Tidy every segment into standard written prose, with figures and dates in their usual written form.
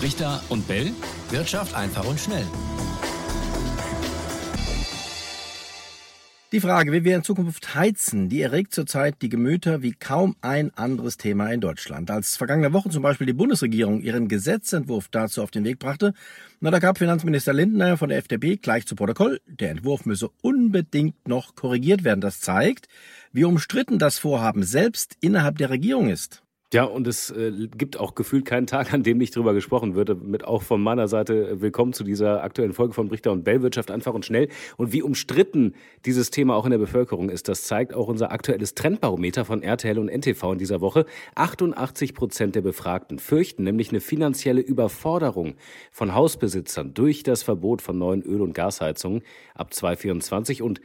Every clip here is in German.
Richter und Bell. Wirtschaft einfach und schnell. Die Frage, wie wir in Zukunft heizen, die erregt zurzeit die Gemüter wie kaum ein anderes Thema in Deutschland. Als vergangene Woche zum Beispiel die Bundesregierung ihren Gesetzentwurf dazu auf den Weg brachte, da gab Finanzminister Lindner von der FDP gleich zu Protokoll, der Entwurf müsse unbedingt noch korrigiert werden. Das zeigt, wie umstritten das Vorhaben selbst innerhalb der Regierung ist. Ja, und es gibt auch gefühlt keinen Tag, an dem nicht drüber gesprochen wird. Mit auch von meiner Seite willkommen zu dieser aktuellen Folge von Richter und Bell, Wirtschaft einfach und schnell. Und wie umstritten dieses Thema auch in der Bevölkerung ist, das zeigt auch unser aktuelles Trendbarometer von RTL und NTV in dieser Woche. 88% der Befragten fürchten nämlich eine finanzielle Überforderung von Hausbesitzern durch das Verbot von neuen Öl- und Gasheizungen ab 2024. Und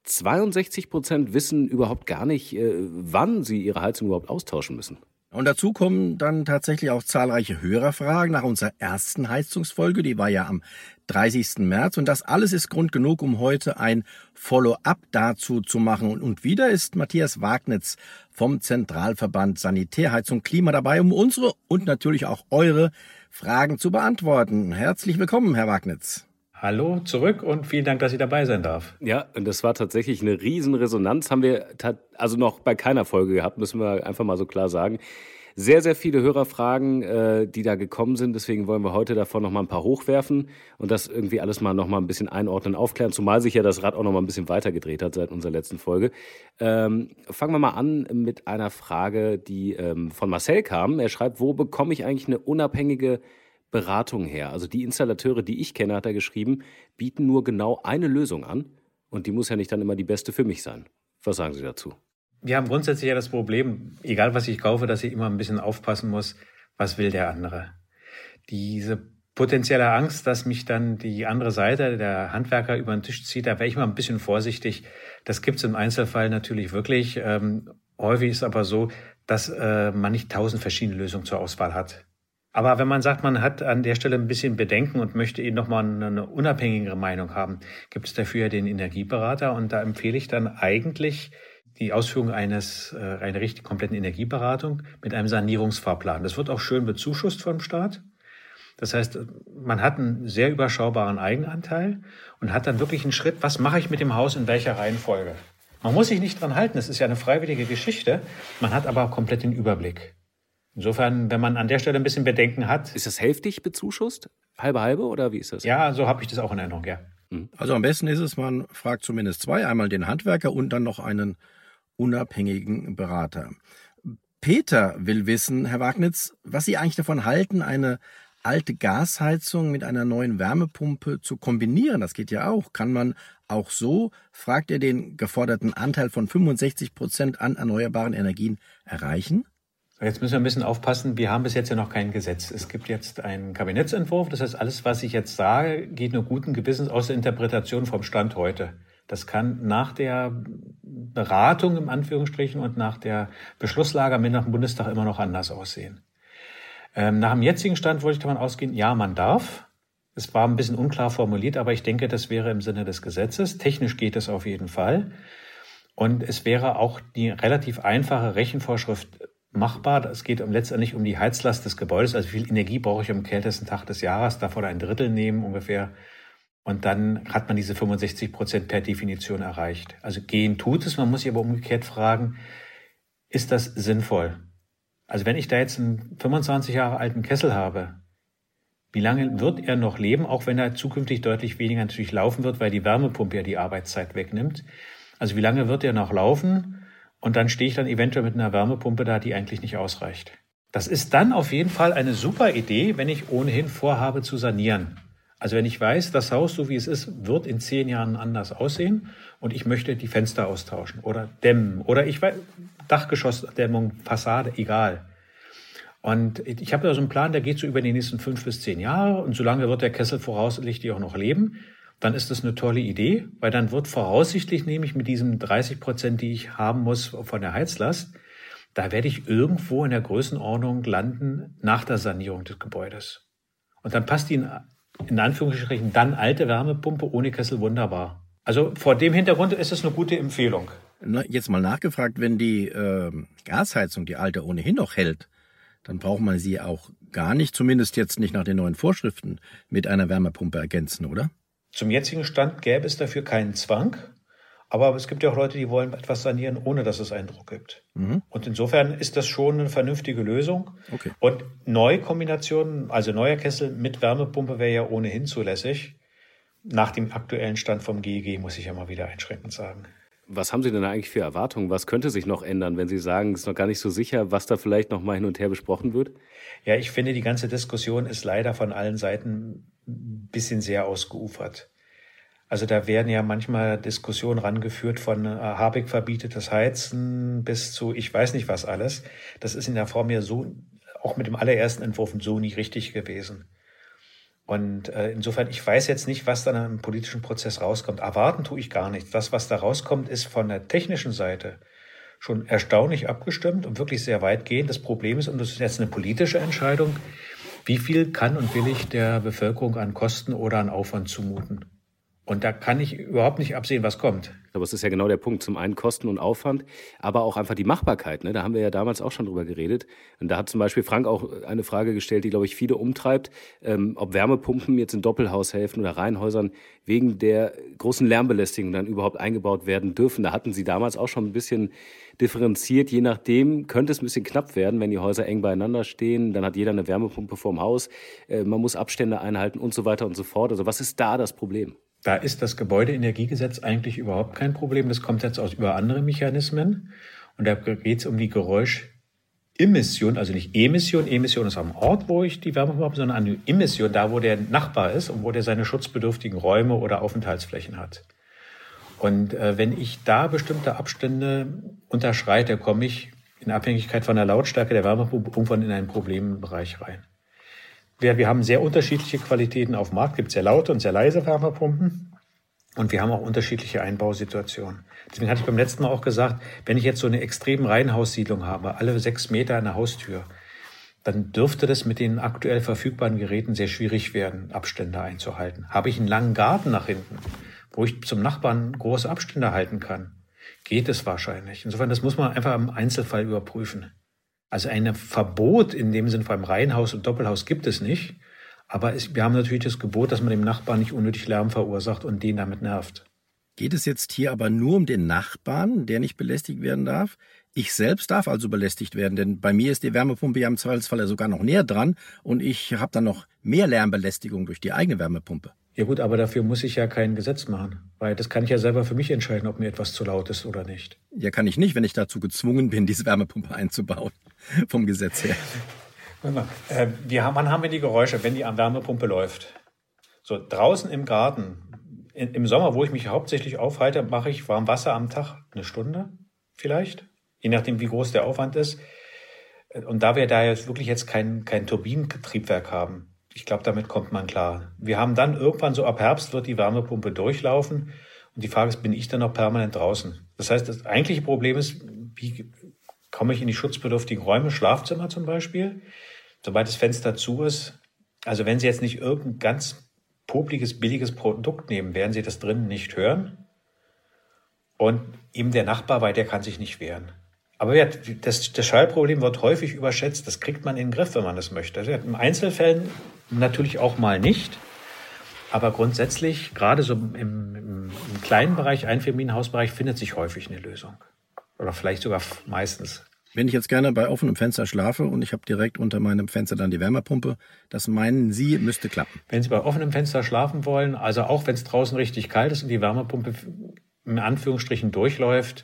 62% wissen überhaupt gar nicht, wann sie ihre Heizung überhaupt austauschen müssen. Und dazu kommen dann tatsächlich auch zahlreiche Hörerfragen nach unserer ersten Heizungsfolge, die war ja am 30. März. Und das alles ist Grund genug, um heute ein Follow-up dazu zu machen. Und wieder ist Matthias Wagnitz vom Zentralverband Sanitärheizung Klima dabei, um unsere und natürlich auch eure Fragen zu beantworten. Herzlich willkommen, Herr Wagnitz. Hallo zurück und vielen Dank, dass ich dabei sein darf. Ja, und das war tatsächlich eine Riesenresonanz, haben wir also noch bei keiner Folge gehabt, müssen wir einfach mal so klar sagen. Sehr, sehr viele Hörerfragen, die da gekommen sind, deswegen wollen wir heute davon noch mal ein paar hochwerfen und das irgendwie alles mal noch mal ein bisschen einordnen, aufklären, zumal sich ja das Rad auch noch mal ein bisschen weitergedreht hat seit unserer letzten Folge. Fangen wir mal an mit einer Frage, die von Marcel kam. Er schreibt, wo bekomme ich eigentlich eine unabhängige Beratung her? Also die Installateure, die ich kenne, hat er geschrieben, bieten nur genau eine Lösung an und die muss ja nicht dann immer die beste für mich sein. Was sagen Sie dazu? Wir haben grundsätzlich ja das Problem, egal was ich kaufe, dass ich immer ein bisschen aufpassen muss, was will der andere. Diese potenzielle Angst, dass mich dann die andere Seite, der Handwerker, über den Tisch zieht, da wäre ich mal ein bisschen vorsichtig. Das gibt es im Einzelfall natürlich wirklich. Häufig ist es aber so, dass man nicht 1000 verschiedene Lösungen zur Auswahl hat. Aber wenn man sagt, man hat an der Stelle ein bisschen Bedenken und möchte eben nochmal eine unabhängigere Meinung haben, gibt es dafür ja den Energieberater. Und da empfehle ich dann eigentlich die Ausführung einer richtig kompletten Energieberatung mit einem Sanierungsfahrplan. Das wird auch schön bezuschusst vom Staat. Das heißt, man hat einen sehr überschaubaren Eigenanteil und hat dann wirklich einen Schritt, was mache ich mit dem Haus in welcher Reihenfolge. Man muss sich nicht dran halten, das ist ja eine freiwillige Geschichte. Man hat aber komplett den Überblick. Insofern, wenn man an der Stelle ein bisschen Bedenken hat. Ist das hälftig bezuschusst? Halbe oder wie ist das? Ja, so habe ich das auch in Erinnerung, ja. Also am besten ist es, man fragt zumindest zwei, einmal den Handwerker und dann noch einen unabhängigen Berater. Peter will wissen, Herr Wagnitz, was Sie eigentlich davon halten, eine alte Gasheizung mit einer neuen Wärmepumpe zu kombinieren. Das geht ja auch. Kann man auch so, fragt er, den geforderten Anteil von 65% an erneuerbaren Energien erreichen? Jetzt müssen wir ein bisschen aufpassen, wir haben bis jetzt ja noch kein Gesetz. Es gibt jetzt einen Kabinettsentwurf, das heißt, alles, was ich jetzt sage, geht nur guten Gewissens aus der Interpretation vom Stand heute. Das kann nach der Beratung im Anführungsstrichen und nach der Beschlusslage am Ende nach dem Bundestag immer noch anders aussehen. Nach dem jetzigen Stand wollte ich davon ausgehen, ja, man darf. Es war ein bisschen unklar formuliert, aber ich denke, das wäre im Sinne des Gesetzes. Technisch geht es auf jeden Fall. Und es wäre auch die relativ einfache Rechenvorschrift machbar. Es geht letztendlich um die Heizlast des Gebäudes, also wie viel Energie brauche ich am kältesten Tag des Jahres, davon ein Drittel nehmen ungefähr. Und dann hat man diese 65% per Definition erreicht. Also gehen tut es, man muss sich aber umgekehrt fragen, ist das sinnvoll? Also wenn ich da jetzt einen 25 Jahre alten Kessel habe, wie lange wird er noch leben, auch wenn er zukünftig deutlich weniger natürlich laufen wird, weil die Wärmepumpe ja die Arbeitszeit wegnimmt. Also wie lange wird er noch laufen? Und dann stehe ich dann eventuell mit einer Wärmepumpe da, die eigentlich nicht ausreicht. Das ist dann auf jeden Fall eine super Idee, wenn ich ohnehin vorhabe zu sanieren. Also wenn ich weiß, das Haus, so wie es ist, wird in 10 Jahren anders aussehen und ich möchte die Fenster austauschen oder dämmen oder ich weiß, Dachgeschossdämmung, Fassade, egal. Und ich habe da so einen Plan, der geht so über die nächsten 5 bis 10 Jahre und solange wird der Kessel voraussichtlich auch noch leben. Dann ist das eine tolle Idee, weil dann wird voraussichtlich nämlich mit diesen 30%, die ich haben muss von der Heizlast, da werde ich irgendwo in der Größenordnung landen nach der Sanierung des Gebäudes. Und dann passt die in Anführungsstrichen dann alte Wärmepumpe ohne Kessel wunderbar. Also vor dem Hintergrund ist es eine gute Empfehlung. Jetzt mal nachgefragt, wenn die Gasheizung, die alte, ohnehin noch hält, Dann braucht man sie auch gar nicht, zumindest jetzt nicht nach den neuen Vorschriften, mit einer Wärmepumpe ergänzen, oder? Zum jetzigen Stand gäbe es dafür keinen Zwang. Aber es gibt ja auch Leute, die wollen etwas sanieren, ohne dass es einen Druck gibt. Und insofern ist das schon eine vernünftige Lösung. Okay. Und Neukombinationen, also neuer Kessel mit Wärmepumpe wäre ja ohnehin zulässig. Nach dem aktuellen Stand vom GEG muss ich ja mal wieder einschränkend sagen. Was haben Sie denn eigentlich für Erwartungen? Was könnte sich noch ändern, wenn Sie sagen, es ist noch gar nicht so sicher, was da vielleicht noch mal hin und her besprochen wird? Ja, ich finde, die ganze Diskussion ist leider von allen Seiten ein bisschen sehr ausgeufert. Also da werden ja manchmal Diskussionen rangeführt von Habeck verbietet das Heizen bis zu ich weiß nicht was alles. Das ist in der Form ja so, auch mit dem allerersten Entwurf so nie richtig gewesen. Und insofern, ich weiß jetzt nicht, was dann im politischen Prozess rauskommt. Erwarten tue ich gar nichts. Das, was da rauskommt, ist von der technischen Seite schon erstaunlich abgestimmt und wirklich sehr weitgehend. Das Problem ist, und das ist jetzt eine politische Entscheidung, wie viel kann und will ich der Bevölkerung an Kosten oder an Aufwand zumuten? Und da kann ich überhaupt nicht absehen, was kommt. Aber es ist ja genau der Punkt. Zum einen Kosten und Aufwand, aber auch einfach die Machbarkeit. Ne? Da haben wir ja damals auch schon drüber geredet. Und da hat zum Beispiel Frank auch eine Frage gestellt, die, glaube ich, viele umtreibt, ob Wärmepumpen jetzt in Doppelhaushälften oder Reihenhäusern wegen der großen Lärmbelästigung dann überhaupt eingebaut werden dürfen. Da hatten Sie damals auch schon ein bisschen differenziert. Je nachdem könnte es ein bisschen knapp werden, wenn die Häuser eng beieinander stehen. Dann hat jeder eine Wärmepumpe vorm Haus. Man muss Abstände einhalten und so weiter und so fort. Also was ist da das Problem? Da ist das Gebäudeenergiegesetz eigentlich überhaupt kein Problem. Das kommt jetzt über andere Mechanismen. Und da geht es um die Geräuschemission, also nicht Emission. Emission ist am Ort, wo ich die Wärmepumpe habe, sondern eine Emission, da wo der Nachbar ist und wo der seine schutzbedürftigen Räume oder Aufenthaltsflächen hat. Und wenn ich da bestimmte Abstände unterschreite, komme ich in Abhängigkeit von der Lautstärke der Wärmepumpe irgendwann in einen Problembereich rein. Wir haben sehr unterschiedliche Qualitäten auf dem Markt. Es gibt sehr laute und sehr leise Wärmepumpen. Und wir haben auch unterschiedliche Einbausituationen. Deswegen hatte ich beim letzten Mal auch gesagt, wenn ich jetzt so eine extrem Reihenhaussiedlung habe, alle 6 Meter an der Haustür, dann dürfte das mit den aktuell verfügbaren Geräten sehr schwierig werden, Abstände einzuhalten. Habe ich einen langen Garten nach hinten, wo ich zum Nachbarn große Abstände halten kann, geht es wahrscheinlich. Insofern, das muss man einfach im Einzelfall überprüfen. Also ein Verbot in dem Sinne beim Reihenhaus und Doppelhaus gibt es nicht. Aber wir haben natürlich das Gebot, dass man dem Nachbarn nicht unnötig Lärm verursacht und den damit nervt. Geht es jetzt hier aber nur um den Nachbarn, der nicht belästigt werden darf? Ich selbst darf also belästigt werden, denn bei mir ist die Wärmepumpe ja im Zweifelsfall ja sogar noch näher dran und ich habe dann noch mehr Lärmbelästigung durch die eigene Wärmepumpe. Ja gut, aber dafür muss ich ja kein Gesetz machen, weil das kann ich ja selber für mich entscheiden, ob mir etwas zu laut ist oder nicht. Ja, kann ich nicht, wenn ich dazu gezwungen bin, diese Wärmepumpe einzubauen, vom Gesetz her. Wann haben wir die Geräusche, wenn die Wärmepumpe läuft? So draußen im Garten, im Sommer, wo ich mich hauptsächlich aufhalte, mache ich warm Wasser am Tag, 1 Stunde vielleicht, je nachdem wie groß der Aufwand ist. Und da wir da jetzt wirklich kein Turbinentriebwerk haben, ich glaube, damit kommt man klar. Wir haben dann irgendwann so ab Herbst wird die Wärmepumpe durchlaufen und die Frage ist, bin ich dann noch permanent draußen? Das heißt, das eigentliche Problem ist, wie komme ich in die schutzbedürftigen Räume, Schlafzimmer zum Beispiel, sobald das Fenster zu ist. Also wenn Sie jetzt nicht irgendein ganz popliges, billiges Produkt nehmen, werden Sie das drinnen nicht hören. Und eben der Nachbar, weil der kann sich nicht wehren. Aber das Schallproblem wird häufig überschätzt. Das kriegt man in den Griff, wenn man das möchte. Also in Einzelfällen natürlich auch mal nicht. Aber grundsätzlich, gerade so im kleinen Bereich, Einfamilienhausbereich, findet sich häufig eine Lösung. Oder vielleicht sogar meistens. Wenn ich jetzt gerne bei offenem Fenster schlafe und ich habe direkt unter meinem Fenster dann die Wärmepumpe, das meinen Sie, müsste klappen? Wenn Sie bei offenem Fenster schlafen wollen, also auch wenn es draußen richtig kalt ist und die Wärmepumpe in Anführungsstrichen durchläuft,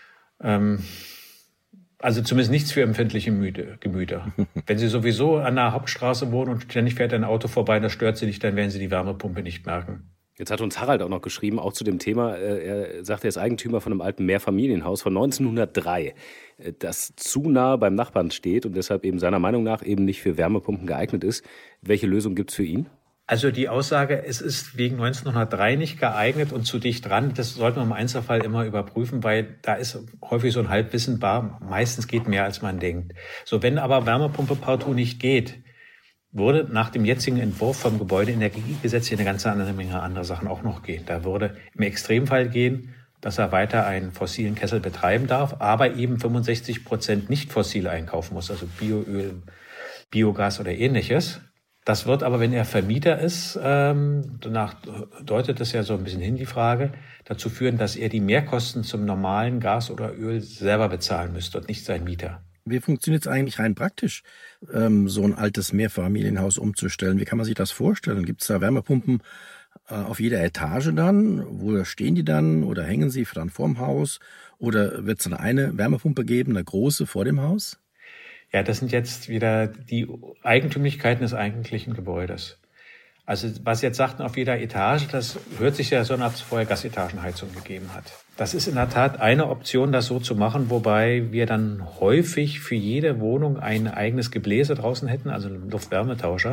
also zumindest nichts für empfindliche Gemüter. Wenn Sie sowieso an der Hauptstraße wohnen und ständig fährt ein Auto vorbei, das stört Sie nicht, dann werden Sie die Wärmepumpe nicht merken. Jetzt hat uns Harald auch noch geschrieben, auch zu dem Thema, er sagt, er ist Eigentümer von einem alten Mehrfamilienhaus von 1903, das zu nah beim Nachbarn steht und deshalb eben seiner Meinung nach eben nicht für Wärmepumpen geeignet ist. Welche Lösung gibt es für ihn? Also die Aussage, es ist wegen 1903 nicht geeignet und zu dicht dran, das sollte man im Einzelfall immer überprüfen, weil da ist häufig so ein Halbwissen bar. Meistens geht mehr, als man denkt. So, wenn aber Wärmepumpe partout nicht geht, würde nach dem jetzigen Entwurf vom Gebäudeenergiegesetz hier eine ganze andere Menge anderer Sachen auch noch gehen. Da würde im Extremfall gehen dass er weiter einen fossilen Kessel betreiben darf, aber eben 65% nicht fossil einkaufen muss, also Bioöl, Biogas oder ähnliches. Das wird aber, wenn er Vermieter ist, danach deutet das ja so ein bisschen hin, die Frage, dazu führen, dass er die Mehrkosten zum normalen Gas oder Öl selber bezahlen müsste und nicht sein Mieter. Wie funktioniert es eigentlich rein praktisch, so ein altes Mehrfamilienhaus umzustellen? Wie kann man sich das vorstellen? Gibt es da Wärmepumpen auf jeder Etage dann? Wo stehen die dann? Oder hängen sie dann vorm Haus? Oder wird es dann eine Wärmepumpe geben, eine große vor dem Haus? Ja, das sind jetzt wieder die Eigentümlichkeiten des eigentlichen Gebäudes. Also was jetzt sagten auf jeder Etage, das hört sich ja so an, als es vorher Gasetagenheizung gegeben hat. Das ist in der Tat eine Option, das so zu machen, wobei wir dann häufig für jede Wohnung ein eigenes Gebläse draußen hätten, also einen Luftwärmetauscher.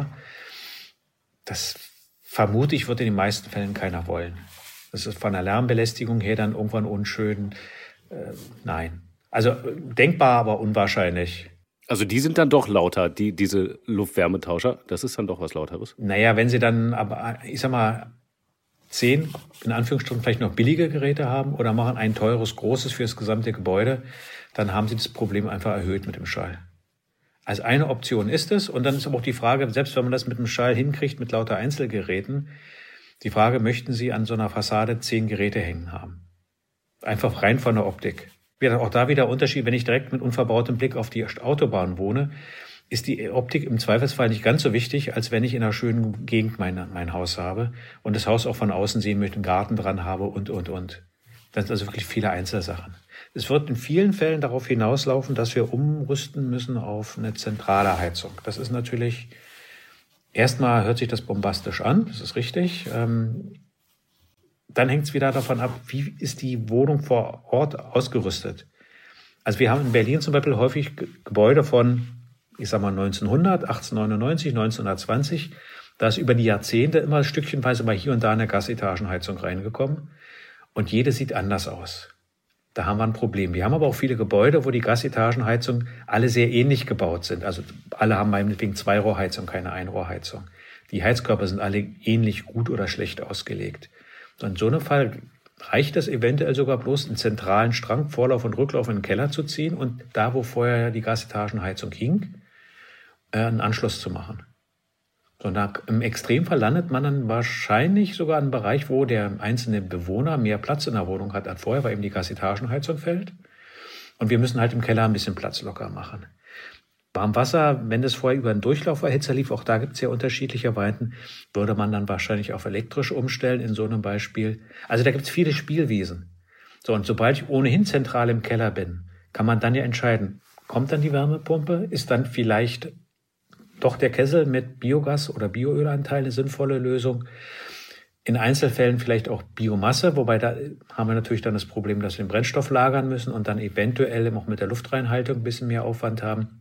Das vermute ich, wird in den meisten Fällen keiner wollen. Das ist von der Lärmbelästigung her dann irgendwann unschön. Nein. Also denkbar, aber unwahrscheinlich. Also die sind dann doch lauter, diese Luftwärmetauscher. Das ist dann doch was Lauteres. Naja, wenn sie dann, aber ich sag mal, 10, in Anführungsstrichen vielleicht noch billige Geräte haben oder machen ein teures, großes für das gesamte Gebäude, dann haben sie das Problem einfach erhöht mit dem Schall. Also eine Option ist es. Und dann ist aber auch die Frage, selbst wenn man das mit dem Schall hinkriegt, mit lauter Einzelgeräten, die Frage, möchten Sie an so einer Fassade 10 Geräte hängen haben? Einfach rein von der Optik. Auch da wieder Unterschied, wenn ich direkt mit unverbautem Blick auf die Autobahn wohne, ist die Optik im Zweifelsfall nicht ganz so wichtig, als wenn ich in einer schönen Gegend mein Haus habe und das Haus auch von außen sehen möchte, einen Garten dran habe und. Das sind also wirklich viele Einzelsachen. Es wird in vielen Fällen darauf hinauslaufen, dass wir umrüsten müssen auf eine zentrale Heizung. Das ist natürlich, erstmal hört sich das bombastisch an, das ist richtig. Dann hängt es wieder davon ab, wie ist die Wohnung vor Ort ausgerüstet. Also wir haben in Berlin zum Beispiel häufig Gebäude von, ich sag mal 1900, 1899, 1920. Da ist über die Jahrzehnte immer stückchenweise mal hier und da eine Gasetagenheizung reingekommen. Und jede sieht anders aus. Da haben wir ein Problem. Wir haben aber auch viele Gebäude, wo die Gasetagenheizung alle sehr ähnlich gebaut sind. Also alle haben meinetwegen 2-Rohrheizung, keine Einrohrheizung. Die Heizkörper sind alle ähnlich gut oder schlecht ausgelegt. Und in so einem Fall reicht es eventuell sogar bloß, einen zentralen Strang, Vorlauf und Rücklauf in den Keller zu ziehen und da, wo vorher die Gasetagenheizung hing, einen Anschluss zu machen. So, im Extremfall landet man dann wahrscheinlich sogar in einem Bereich, wo der einzelne Bewohner mehr Platz in der Wohnung hat als vorher, weil eben die Gasetagenheizung fällt. Und wir müssen halt im Keller ein bisschen Platz locker machen. Warmwasser, wenn das vorher über einen Durchlauferhitzer lief, auch da gibt es ja unterschiedliche Varianten, würde man dann wahrscheinlich auf elektrisch umstellen in so einem Beispiel. Also da gibt es viele Spielwiesen. So, und sobald ich ohnehin zentral im Keller bin, kann man dann ja entscheiden, kommt dann die Wärmepumpe, ist dann vielleicht doch der Kessel mit Biogas oder Bioölanteil eine sinnvolle Lösung. In Einzelfällen vielleicht auch Biomasse, wobei da haben wir natürlich dann das Problem, dass wir den Brennstoff lagern müssen und dann eventuell auch mit der Luftreinhaltung ein bisschen mehr Aufwand haben.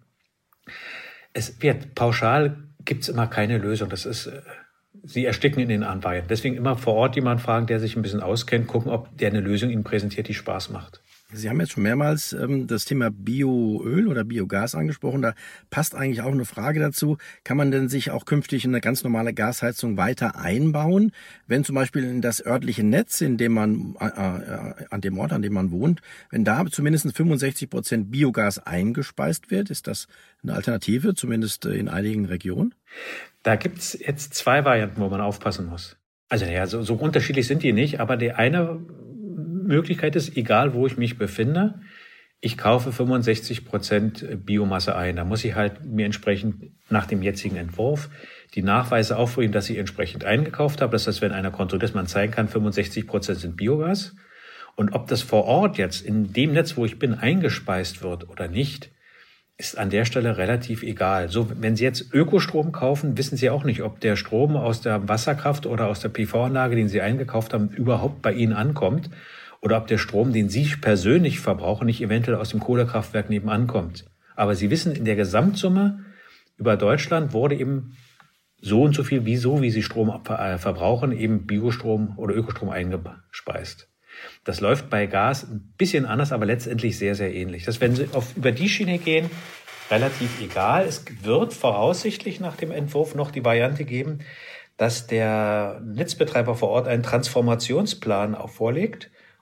Pauschal gibt es immer keine Lösung. Das ist, Sie ersticken in den Anweihen. Deswegen immer vor Ort jemanden fragen, der sich ein bisschen auskennt, gucken, ob der eine Lösung Ihnen präsentiert, die Spaß macht. Sie haben jetzt schon mehrmals das Thema Bioöl oder Biogas angesprochen. Da passt eigentlich auch eine Frage dazu. Kann man denn sich auch künftig eine ganz normale Gasheizung weiter einbauen, wenn zum Beispiel in das örtliche Netz, in dem man an dem Ort, an dem man wohnt, wenn da zumindest 65% Biogas eingespeist wird? Ist das eine Alternative, zumindest in einigen Regionen? Da gibt es jetzt 2 Varianten, wo man aufpassen muss. Also ja, so unterschiedlich sind die nicht, aber die eine Möglichkeit ist, egal wo ich mich befinde, ich kaufe 65% Biomasse ein. Da muss ich halt mir entsprechend nach dem jetzigen Entwurf die Nachweise aufbringen, dass ich entsprechend eingekauft habe. Das heißt, wenn einer kontrolliert, dass man zeigen kann, 65% sind Biogas. Und ob das vor Ort jetzt in dem Netz, wo ich bin, eingespeist wird oder nicht, ist an der Stelle relativ egal. So, wenn Sie jetzt Ökostrom kaufen, wissen Sie auch nicht, ob der Strom aus der Wasserkraft oder aus der PV-Anlage, den Sie eingekauft haben, überhaupt bei Ihnen ankommt. Oder ob der Strom, den Sie persönlich verbrauchen, nicht eventuell aus dem Kohlekraftwerk nebenan kommt. Aber Sie wissen, in der Gesamtsumme über Deutschland wurde eben so und so viel, wie Sie Strom verbrauchen, eben Biostrom oder Ökostrom eingespeist. Das läuft bei Gas ein bisschen anders, aber letztendlich sehr, sehr ähnlich. Das, wenn Sie über die Schiene gehen, relativ egal. Es wird voraussichtlich nach dem Entwurf noch die Variante geben, dass der Netzbetreiber vor Ort einen Transformationsplan auch vorlegt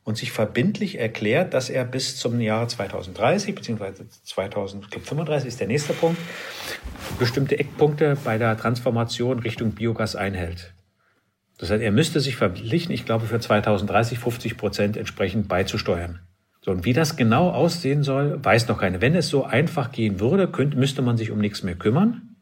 und sich verbindlich erklärt, dass er bis zum Jahr 2030 bzw. 2035 ist der nächste Punkt, bestimmte Eckpunkte bei der Transformation Richtung Biogas einhält. Das heißt, er müsste sich verpflichten, ich glaube für 2030 50% entsprechend beizusteuern. So, und wie das genau aussehen soll, weiß noch keiner. Wenn es so einfach gehen würde, müsste man sich um nichts mehr kümmern.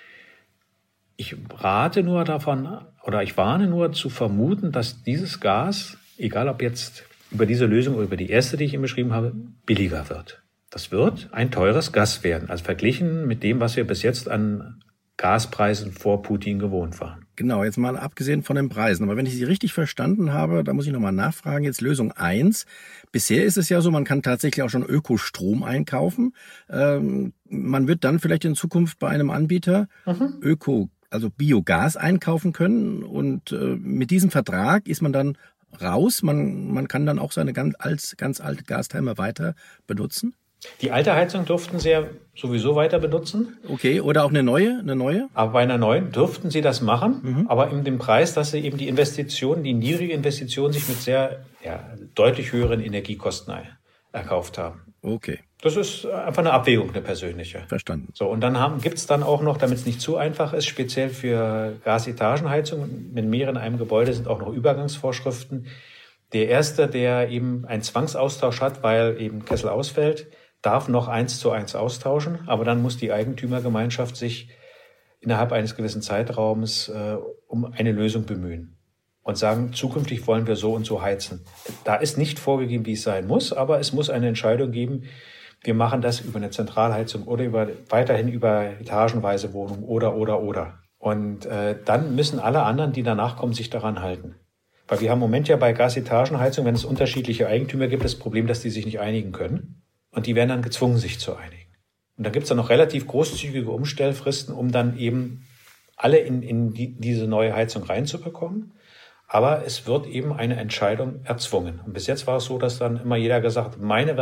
Ich rate nur davon, oder ich warne nur zu vermuten, dass dieses Gas, egal ob jetzt über diese Lösung oder über die erste, die ich Ihnen beschrieben habe, billiger wird. Das wird ein teures Gas werden, also verglichen mit dem, was wir bis jetzt an Gaspreisen vor Putin gewohnt waren. Genau, jetzt mal abgesehen von den Preisen. Aber wenn ich Sie richtig verstanden habe, da muss ich nochmal nachfragen. Jetzt Lösung 1. Bisher ist es ja so, man kann tatsächlich auch schon Ökostrom einkaufen. Man wird dann vielleicht in Zukunft bei einem Anbieter also Biogas einkaufen können. Und mit diesem Vertrag ist man dann raus. Man kann dann auch seine ganz alte Gastherme weiter benutzen. Die alte Heizung durften Sie ja sowieso weiter benutzen. Okay, oder auch eine neue? Aber bei einer neuen dürften Sie das machen, aber in dem Preis, dass Sie eben die niedrige Investition sich mit sehr deutlich höheren Energiekosten erkauft haben. Okay. Das ist einfach eine Abwägung, eine persönliche. Verstanden. So, und dann gibt's dann auch noch, damit es nicht zu einfach ist, speziell für Gasetagenheizung, mit mehreren in einem Gebäude sind auch noch Übergangsvorschriften. Der erste, der eben einen Zwangsaustausch hat, weil eben Kessel ausfällt, darf noch 1:1 austauschen, aber dann muss die Eigentümergemeinschaft sich innerhalb eines gewissen Zeitraums um eine Lösung bemühen und sagen, zukünftig wollen wir so und so heizen. Da ist nicht vorgegeben, wie es sein muss, aber es muss eine Entscheidung geben, wir machen das über eine Zentralheizung oder weiterhin über etagenweise Wohnungen oder. Und dann müssen alle anderen, die danach kommen, sich daran halten. Weil wir haben im Moment ja bei Gasetagenheizung, wenn es unterschiedliche Eigentümer gibt, das Problem, dass die sich nicht einigen können. Und die werden dann gezwungen, sich zu einigen. Und dann gibt es dann noch relativ großzügige Umstellfristen, um dann eben alle in diese neue Heizung reinzubekommen. Aber es wird eben eine Entscheidung erzwungen. Und bis jetzt war es so, dass dann immer jeder gesagt hat,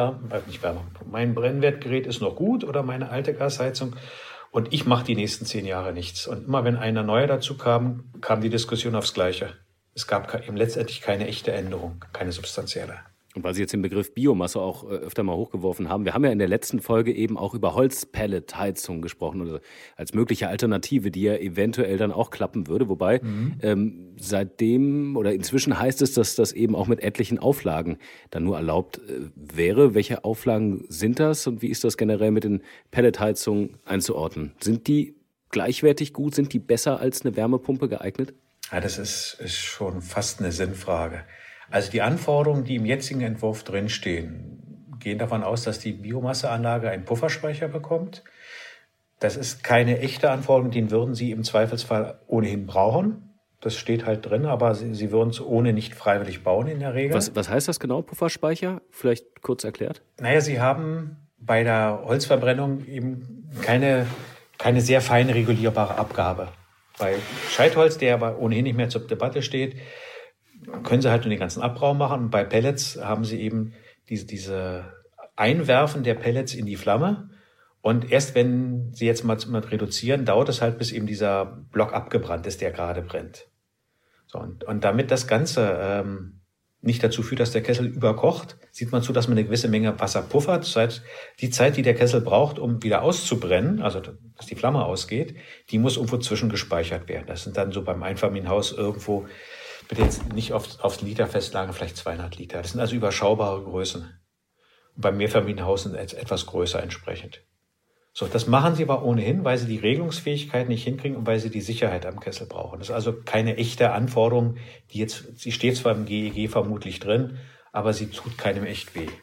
mein Brennwertgerät ist noch gut oder meine alte Gasheizung und ich mache die nächsten 10 Jahre nichts. Und immer wenn einer neuer dazu kam die Diskussion aufs Gleiche. Es gab eben letztendlich keine echte Änderung, keine substanzielle. Und weil Sie jetzt den Begriff Biomasse auch öfter mal hochgeworfen haben, wir haben ja in der letzten Folge eben auch über Holzpelletheizung gesprochen, oder als mögliche Alternative, die ja eventuell dann auch klappen würde. Wobei seitdem oder inzwischen heißt es, dass das eben auch mit etlichen Auflagen dann nur erlaubt wäre. Welche Auflagen sind das und wie ist das generell mit den Pelletheizungen einzuordnen? Sind die gleichwertig gut? Sind die besser als eine Wärmepumpe geeignet? Ja, das ist schon fast eine Sinnfrage. Also die Anforderungen, die im jetzigen Entwurf drinstehen, gehen davon aus, dass die Biomasseanlage einen Pufferspeicher bekommt. Das ist keine echte Anforderung, den würden Sie im Zweifelsfall ohnehin brauchen. Das steht halt drin, aber Sie würden es ohne nicht freiwillig bauen in der Regel. Was heißt das genau, Pufferspeicher? Vielleicht kurz erklärt. Naja, Sie haben bei der Holzverbrennung eben keine sehr fein regulierbare Abgabe. Bei Scheitholz, der aber ohnehin nicht mehr zur Debatte steht, können Sie halt nur den ganzen Abbau machen. Und bei Pellets haben Sie eben diese Einwerfen der Pellets in die Flamme. Und erst wenn Sie jetzt mal reduzieren, dauert es halt, bis eben dieser Block abgebrannt ist, der gerade brennt. So, und damit das Ganze nicht dazu führt, dass der Kessel überkocht, sieht man zu, dass man eine gewisse Menge Wasser puffert. Das heißt, die Zeit, die der Kessel braucht, um wieder auszubrennen, also dass die Flamme ausgeht, die muss irgendwo zwischengespeichert werden. Das sind dann so beim Einfamilienhaus irgendwo, bitte jetzt nicht aufs Liter festlegen, vielleicht 200 Liter. Das sind also überschaubare Größen. Und beim Mehrfamilienhaus sind es etwas größer entsprechend. So, das machen Sie aber ohnehin, weil Sie die Regelungsfähigkeit nicht hinkriegen und weil Sie die Sicherheit am Kessel brauchen. Das ist also keine echte Anforderung, sie steht zwar im GEG vermutlich drin, aber sie tut keinem echt weh.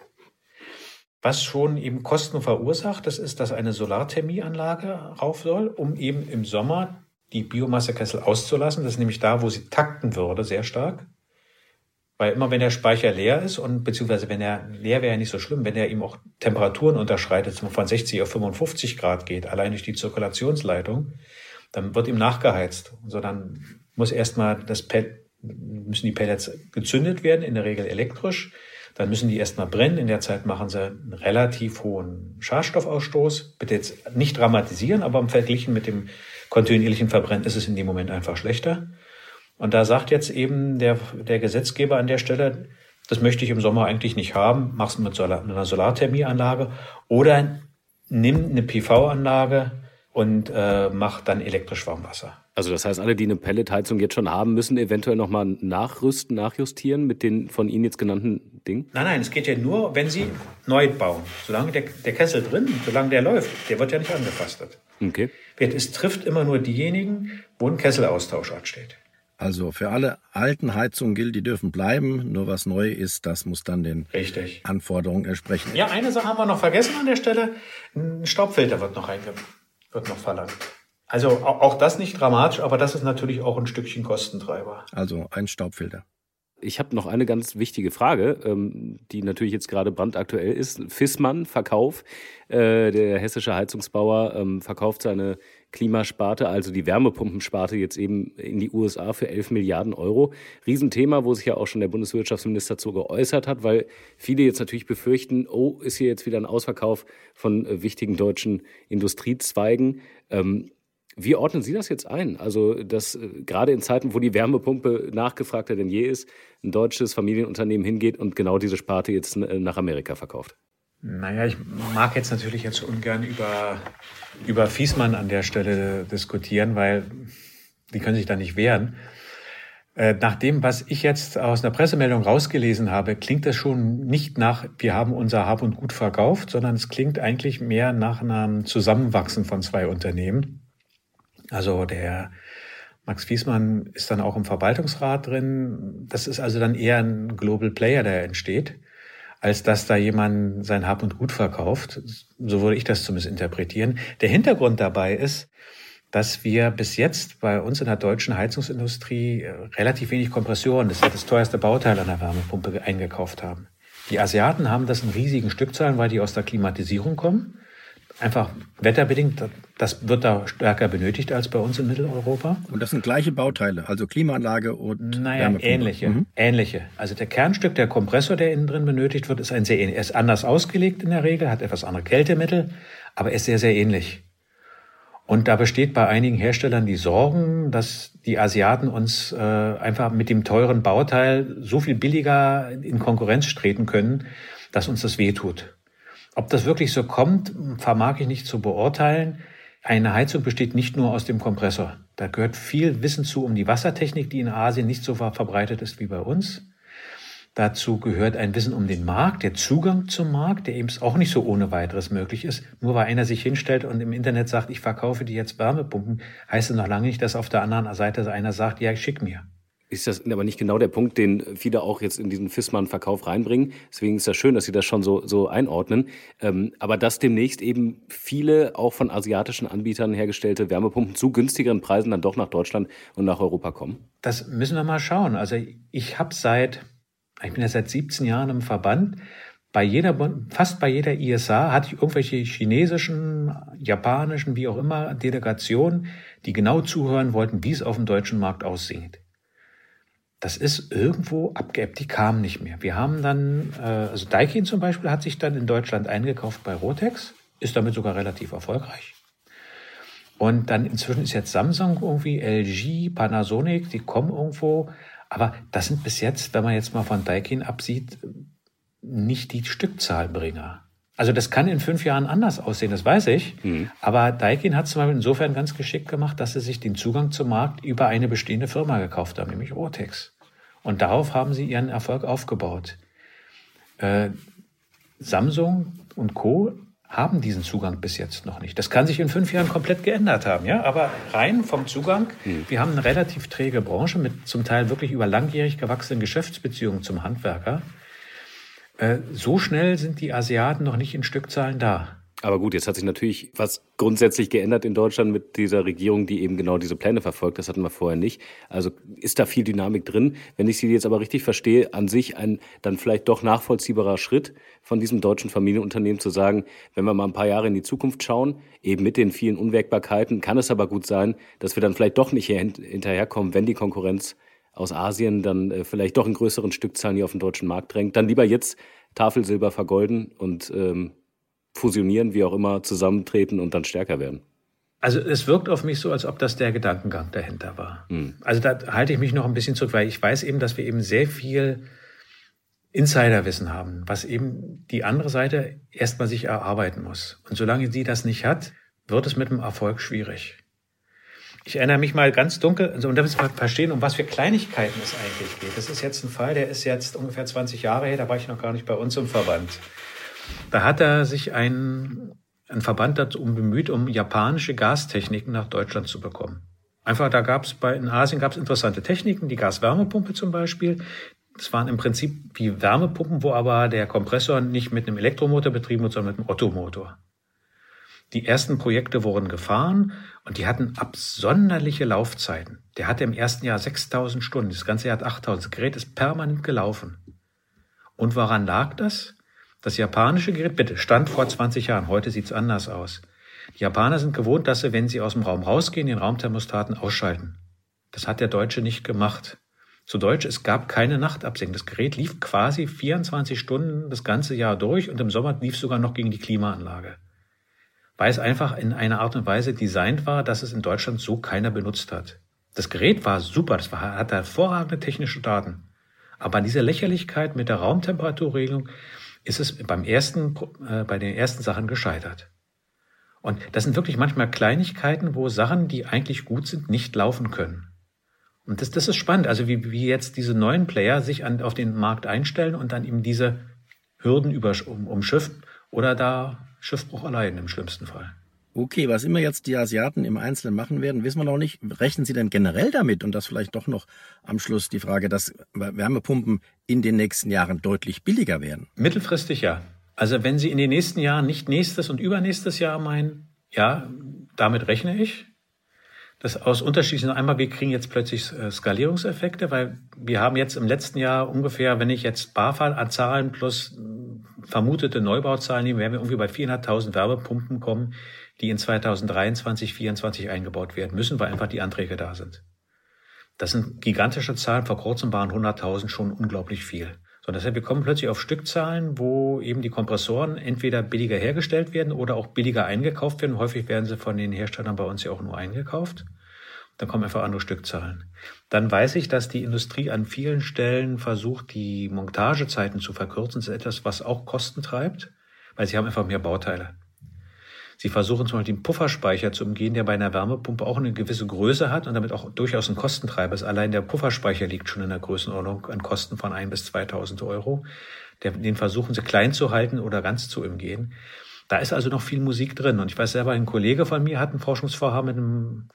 Was schon eben Kosten verursacht, das ist, dass eine Solarthermieanlage rauf soll, um eben im Sommer die Biomassekessel auszulassen. Das ist nämlich da, wo sie takten würde, sehr stark. Weil immer wenn der Speicher leer ist und beziehungsweise wenn er leer wäre ja nicht so schlimm, wenn er eben auch Temperaturen unterschreitet, von 60 auf 55 Grad geht, allein durch die Zirkulationsleitung, dann wird ihm nachgeheizt. So, dann muss erstmal müssen die Pellets gezündet werden, in der Regel elektrisch. Dann müssen die erstmal brennen. In der Zeit machen sie einen relativ hohen Schadstoffausstoß. Bitte jetzt nicht dramatisieren, aber im Verglichen mit dem kontinuierlichen Verbrennen ist es in dem Moment einfach schlechter. Und da sagt jetzt eben der Gesetzgeber an der Stelle, das möchte ich im Sommer eigentlich nicht haben, mach's mit einer Solarthermieanlage oder nimm eine PV-Anlage und mach dann elektrisch Warmwasser. Also das heißt, alle, die eine Pelletheizung jetzt schon haben, müssen eventuell nochmal nachjustieren mit den von Ihnen jetzt genannten Dingen? Nein, es geht ja nur, wenn Sie neu bauen. Solange der Kessel drin, solange der läuft, der wird ja nicht angefasst. Okay. Es trifft immer nur diejenigen, wo ein Kesselaustausch ansteht. Also für alle alten Heizungen gilt, die dürfen bleiben. Nur was neu ist, das muss dann den Anforderungen entsprechen. Ja, eine Sache haben wir noch vergessen an der Stelle. Ein Staubfilter wird noch verlangt. Also auch das nicht dramatisch, aber das ist natürlich auch ein Stückchen Kostentreiber. Also ein Staubfilter. Ich habe noch eine ganz wichtige Frage, die natürlich jetzt gerade brandaktuell ist. Viessmann, Verkauf. Der hessische Heizungsbauer verkauft seine Klimasparte, also die Wärmepumpensparte, jetzt eben in die USA für 11 Milliarden Euro. Riesenthema, wo sich ja auch schon der Bundeswirtschaftsminister zu geäußert hat, weil viele jetzt natürlich befürchten, oh, ist hier jetzt wieder ein Ausverkauf von wichtigen deutschen Industriezweigen. Wie ordnen Sie das jetzt ein? Also, dass gerade in Zeiten, wo die Wärmepumpe nachgefragter denn je ist, ein deutsches Familienunternehmen hingeht und genau diese Sparte jetzt nach Amerika verkauft? Naja, ich mag jetzt natürlich ungern über Viessmann an der Stelle diskutieren, weil die können sich da nicht wehren. Nach dem, was ich jetzt aus einer Pressemeldung rausgelesen habe, klingt das schon nicht nach, wir haben unser Hab und Gut verkauft, sondern es klingt eigentlich mehr nach einem Zusammenwachsen von zwei Unternehmen. Also der Max Viessmann ist dann auch im Verwaltungsrat drin. Das ist also dann eher ein Global Player, der entsteht, als dass da jemand sein Hab und Gut verkauft. So würde ich das zumindest interpretieren. Der Hintergrund dabei ist, dass wir bis jetzt bei uns in der deutschen Heizungsindustrie relativ wenig Kompressoren, das ist das teuerste Bauteil an der Wärmepumpe, eingekauft haben. Die Asiaten haben das in riesigen Stückzahlen, weil die aus der Klimatisierung kommen. Einfach wetterbedingt, das wird da stärker benötigt als bei uns in Mitteleuropa. Und das sind gleiche Bauteile, also Klimaanlage und Wärmepumpe. Ähnliche. Also der Kernstück, der Kompressor, der innen drin benötigt wird, ist er ist anders ausgelegt in der Regel, hat etwas andere Kältemittel, aber ist sehr, sehr ähnlich. Und da besteht bei einigen Herstellern die Sorgen, dass die Asiaten uns einfach mit dem teuren Bauteil so viel billiger in Konkurrenz treten können, dass uns das wehtut. Ob das wirklich so kommt, vermag ich nicht zu beurteilen. Eine Heizung besteht nicht nur aus dem Kompressor. Da gehört viel Wissen zu um die Wassertechnik, die in Asien nicht so verbreitet ist wie bei uns. Dazu gehört ein Wissen um den Markt, der Zugang zum Markt, der eben auch nicht so ohne weiteres möglich ist. Nur weil einer sich hinstellt und im Internet sagt, ich verkaufe dir jetzt Wärmepumpen, heißt es noch lange nicht, dass auf der anderen Seite einer sagt, ja, schick mir. Ist das aber nicht genau der Punkt, den viele auch jetzt in diesen Viessmann-Verkauf reinbringen? Deswegen ist das schön, dass Sie das schon so einordnen. Aber dass demnächst eben viele auch von asiatischen Anbietern hergestellte Wärmepumpen zu günstigeren Preisen dann doch nach Deutschland und nach Europa kommen? Das müssen wir mal schauen. Also ich bin ja seit 17 Jahren im Verband. Fast bei jeder ISA hatte ich irgendwelche chinesischen, japanischen, wie auch immer, Delegationen, die genau zuhören wollten, wie es auf dem deutschen Markt aussieht. Das ist irgendwo abgeebbt, die kamen nicht mehr. Wir haben dann, also Daikin zum Beispiel hat sich dann in Deutschland eingekauft bei Rotex, ist damit sogar relativ erfolgreich. Und dann inzwischen ist jetzt Samsung irgendwie, LG, Panasonic, die kommen irgendwo. Aber das sind bis jetzt, wenn man jetzt mal von Daikin absieht, nicht die Stückzahlbringer. Also das kann in 5 Jahren anders aussehen, das weiß ich. Aber Daikin hat es zum Beispiel insofern ganz geschickt gemacht, dass sie sich den Zugang zum Markt über eine bestehende Firma gekauft haben, nämlich Rotex. Und darauf haben sie ihren Erfolg aufgebaut. Samsung und Co. haben diesen Zugang bis jetzt noch nicht. Das kann sich in 5 Jahren komplett geändert haben, ja. Aber rein vom Zugang, wir haben eine relativ träge Branche mit zum Teil wirklich über langjährig gewachsenen Geschäftsbeziehungen zum Handwerker. So schnell sind die Asiaten noch nicht in Stückzahlen da. Aber gut, jetzt hat sich natürlich was grundsätzlich geändert in Deutschland mit dieser Regierung, die eben genau diese Pläne verfolgt. Das hatten wir vorher nicht. Also ist da viel Dynamik drin. Wenn ich Sie jetzt aber richtig verstehe, an sich ein dann vielleicht doch nachvollziehbarer Schritt von diesem deutschen Familienunternehmen zu sagen, wenn wir mal ein paar Jahre in die Zukunft schauen, eben mit den vielen Unwägbarkeiten, kann es aber gut sein, dass wir dann vielleicht doch nicht hinterherkommen, wenn die Konkurrenz aus Asien dann vielleicht doch in größeren Stückzahlen hier auf den deutschen Markt drängt. Dann lieber jetzt Tafelsilber vergolden und fusionieren, wie auch immer, zusammentreten und dann stärker werden. Also es wirkt auf mich so, als ob das der Gedankengang dahinter war. Also da halte ich mich noch ein bisschen zurück, weil ich weiß eben, dass wir eben sehr viel Insiderwissen haben, was eben die andere Seite erstmal sich erarbeiten muss. Und solange sie das nicht hat, wird es mit dem Erfolg schwierig. Ich erinnere mich mal ganz dunkel, und da müssen wir verstehen, um was für Kleinigkeiten es eigentlich geht. Das ist jetzt ein Fall, der ist jetzt ungefähr 20 Jahre her, da war ich noch gar nicht bei uns im Verband. Da hat er sich ein Verband darum bemüht, um japanische Gastechniken nach Deutschland zu bekommen. Einfach, in Asien gab es interessante Techniken, die Gaswärmepumpe zum Beispiel. Das waren im Prinzip wie Wärmepumpen, wo aber der Kompressor nicht mit einem Elektromotor betrieben wird, sondern mit einem Ottomotor. Die ersten Projekte wurden gefahren und die hatten absonderliche Laufzeiten. Der hatte im ersten Jahr 6.000 Stunden, das ganze Jahr hat 8.000. Das Gerät ist permanent gelaufen. Und woran lag das? Das japanische Gerät, bitte, stand vor 20 Jahren, heute sieht's anders aus. Die Japaner sind gewohnt, dass sie, wenn sie aus dem Raum rausgehen, den Raumthermostaten ausschalten. Das hat der Deutsche nicht gemacht. Zu Deutsch, es gab keine Nachtabsenken. Das Gerät lief quasi 24 Stunden das ganze Jahr durch und im Sommer lief es sogar noch gegen die Klimaanlage. Weil es einfach in einer Art und Weise designt war, dass es in Deutschland so keiner benutzt hat. Das Gerät war super, hat hervorragende technische Daten. Aber an dieser Lächerlichkeit mit der Raumtemperaturregelung ist es bei den ersten Sachen gescheitert. Und das sind wirklich manchmal Kleinigkeiten, wo Sachen, die eigentlich gut sind, nicht laufen können. Und das ist spannend, also wie jetzt diese neuen Player sich auf den Markt einstellen und dann eben diese Hürden umschiffen oder da Schiffbruch erleiden im schlimmsten Fall. Okay, was immer jetzt die Asiaten im Einzelnen machen werden, wissen wir noch nicht. Rechnen Sie denn generell damit, und das vielleicht doch noch am Schluss die Frage, dass Wärmepumpen in den nächsten Jahren deutlich billiger werden? Mittelfristig ja. Also wenn Sie in den nächsten Jahren nicht nächstes und übernächstes Jahr meinen, ja, damit rechne ich. Das aus unterschiedlichen, einmal wir kriegen jetzt plötzlich Skalierungseffekte, weil wir haben jetzt im letzten Jahr ungefähr, wenn ich jetzt BAFA-Zahlen plus vermutete Neubauzahlen nehme, werden wir irgendwie bei 400.000 Wärmepumpen kommen, die in 2023, 2024 eingebaut werden müssen, weil einfach die Anträge da sind. Das sind gigantische Zahlen, vor kurzem waren 100.000 schon unglaublich viel. So, deshalb wir kommen plötzlich auf Stückzahlen, wo eben die Kompressoren entweder billiger hergestellt werden oder auch billiger eingekauft werden. Häufig werden sie von den Herstellern bei uns ja auch nur eingekauft. Dann kommen einfach andere Stückzahlen. Dann weiß ich, dass die Industrie an vielen Stellen versucht, die Montagezeiten zu verkürzen. Das ist etwas, was auch Kosten treibt, weil sie haben einfach mehr Bauteile. Sie versuchen zum Beispiel den Pufferspeicher zu umgehen, der bei einer Wärmepumpe auch eine gewisse Größe hat und damit auch durchaus ein Kostentreiber ist. Allein der Pufferspeicher liegt schon in der Größenordnung an Kosten von 1.000 bis 2.000 Euro. Den versuchen sie klein zu halten oder ganz zu umgehen. Da ist also noch viel Musik drin. Und ich weiß selber, ein Kollege von mir hat ein Forschungsvorhaben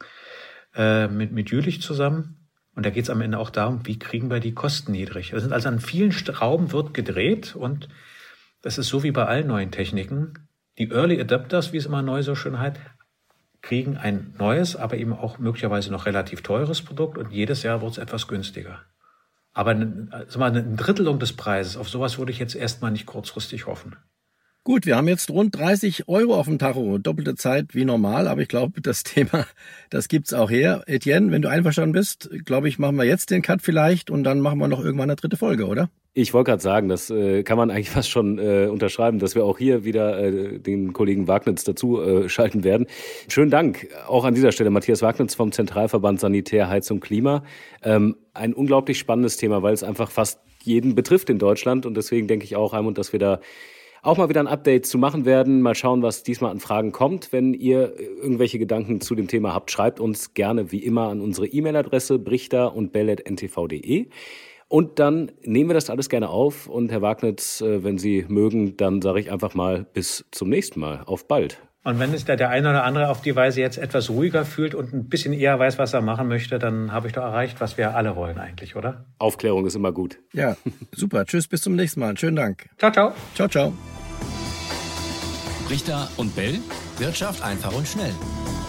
mit Jülich zusammen. Und da geht es am Ende auch darum, wie kriegen wir die Kosten niedrig. Das sind also an vielen Schrauben wird gedreht und das ist so wie bei allen neuen Techniken. Die Early Adapters, wie es immer neu so schön heißt, kriegen ein neues, aber eben auch möglicherweise noch relativ teures Produkt und jedes Jahr wird es etwas günstiger. Aber eine Drittelung des Preises, auf sowas würde ich jetzt erstmal nicht kurzfristig hoffen. Gut, wir haben jetzt rund 30 Euro auf dem Tacho, doppelte Zeit wie normal, aber ich glaube, das Thema, das gibt's auch her. Etienne, wenn du einverstanden bist, glaube ich, machen wir jetzt den Cut vielleicht und dann machen wir noch irgendwann eine dritte Folge, oder? Ich wollte gerade sagen, das kann man eigentlich fast schon unterschreiben, dass wir auch hier wieder den Kollegen Wagnitz dazu schalten werden. Schönen Dank auch an dieser Stelle, Matthias Wagnitz vom Zentralverband Sanitär, Heizung, Klima. Ein unglaublich spannendes Thema, weil es einfach fast jeden betrifft in Deutschland und deswegen denke ich auch, Heimund, dass wir da auch mal wieder ein Update zu machen werden. Mal schauen, was diesmal an Fragen kommt. Wenn ihr irgendwelche Gedanken zu dem Thema habt, schreibt uns gerne wie immer an unsere E-Mail-Adresse brichter@bell@ntv.de. Und dann nehmen wir das alles gerne auf. Und Herr Wagnitz, wenn Sie mögen, dann sage ich einfach mal bis zum nächsten Mal. Auf bald. Und wenn es der eine oder andere auf die Weise jetzt etwas ruhiger fühlt und ein bisschen eher weiß, was er machen möchte, dann habe ich doch erreicht, was wir alle wollen eigentlich, oder? Aufklärung ist immer gut. Ja, super. Tschüss, bis zum nächsten Mal. Schönen Dank. Ciao, ciao. Ciao, ciao. Brichter und Bell. Wirtschaft einfach und schnell.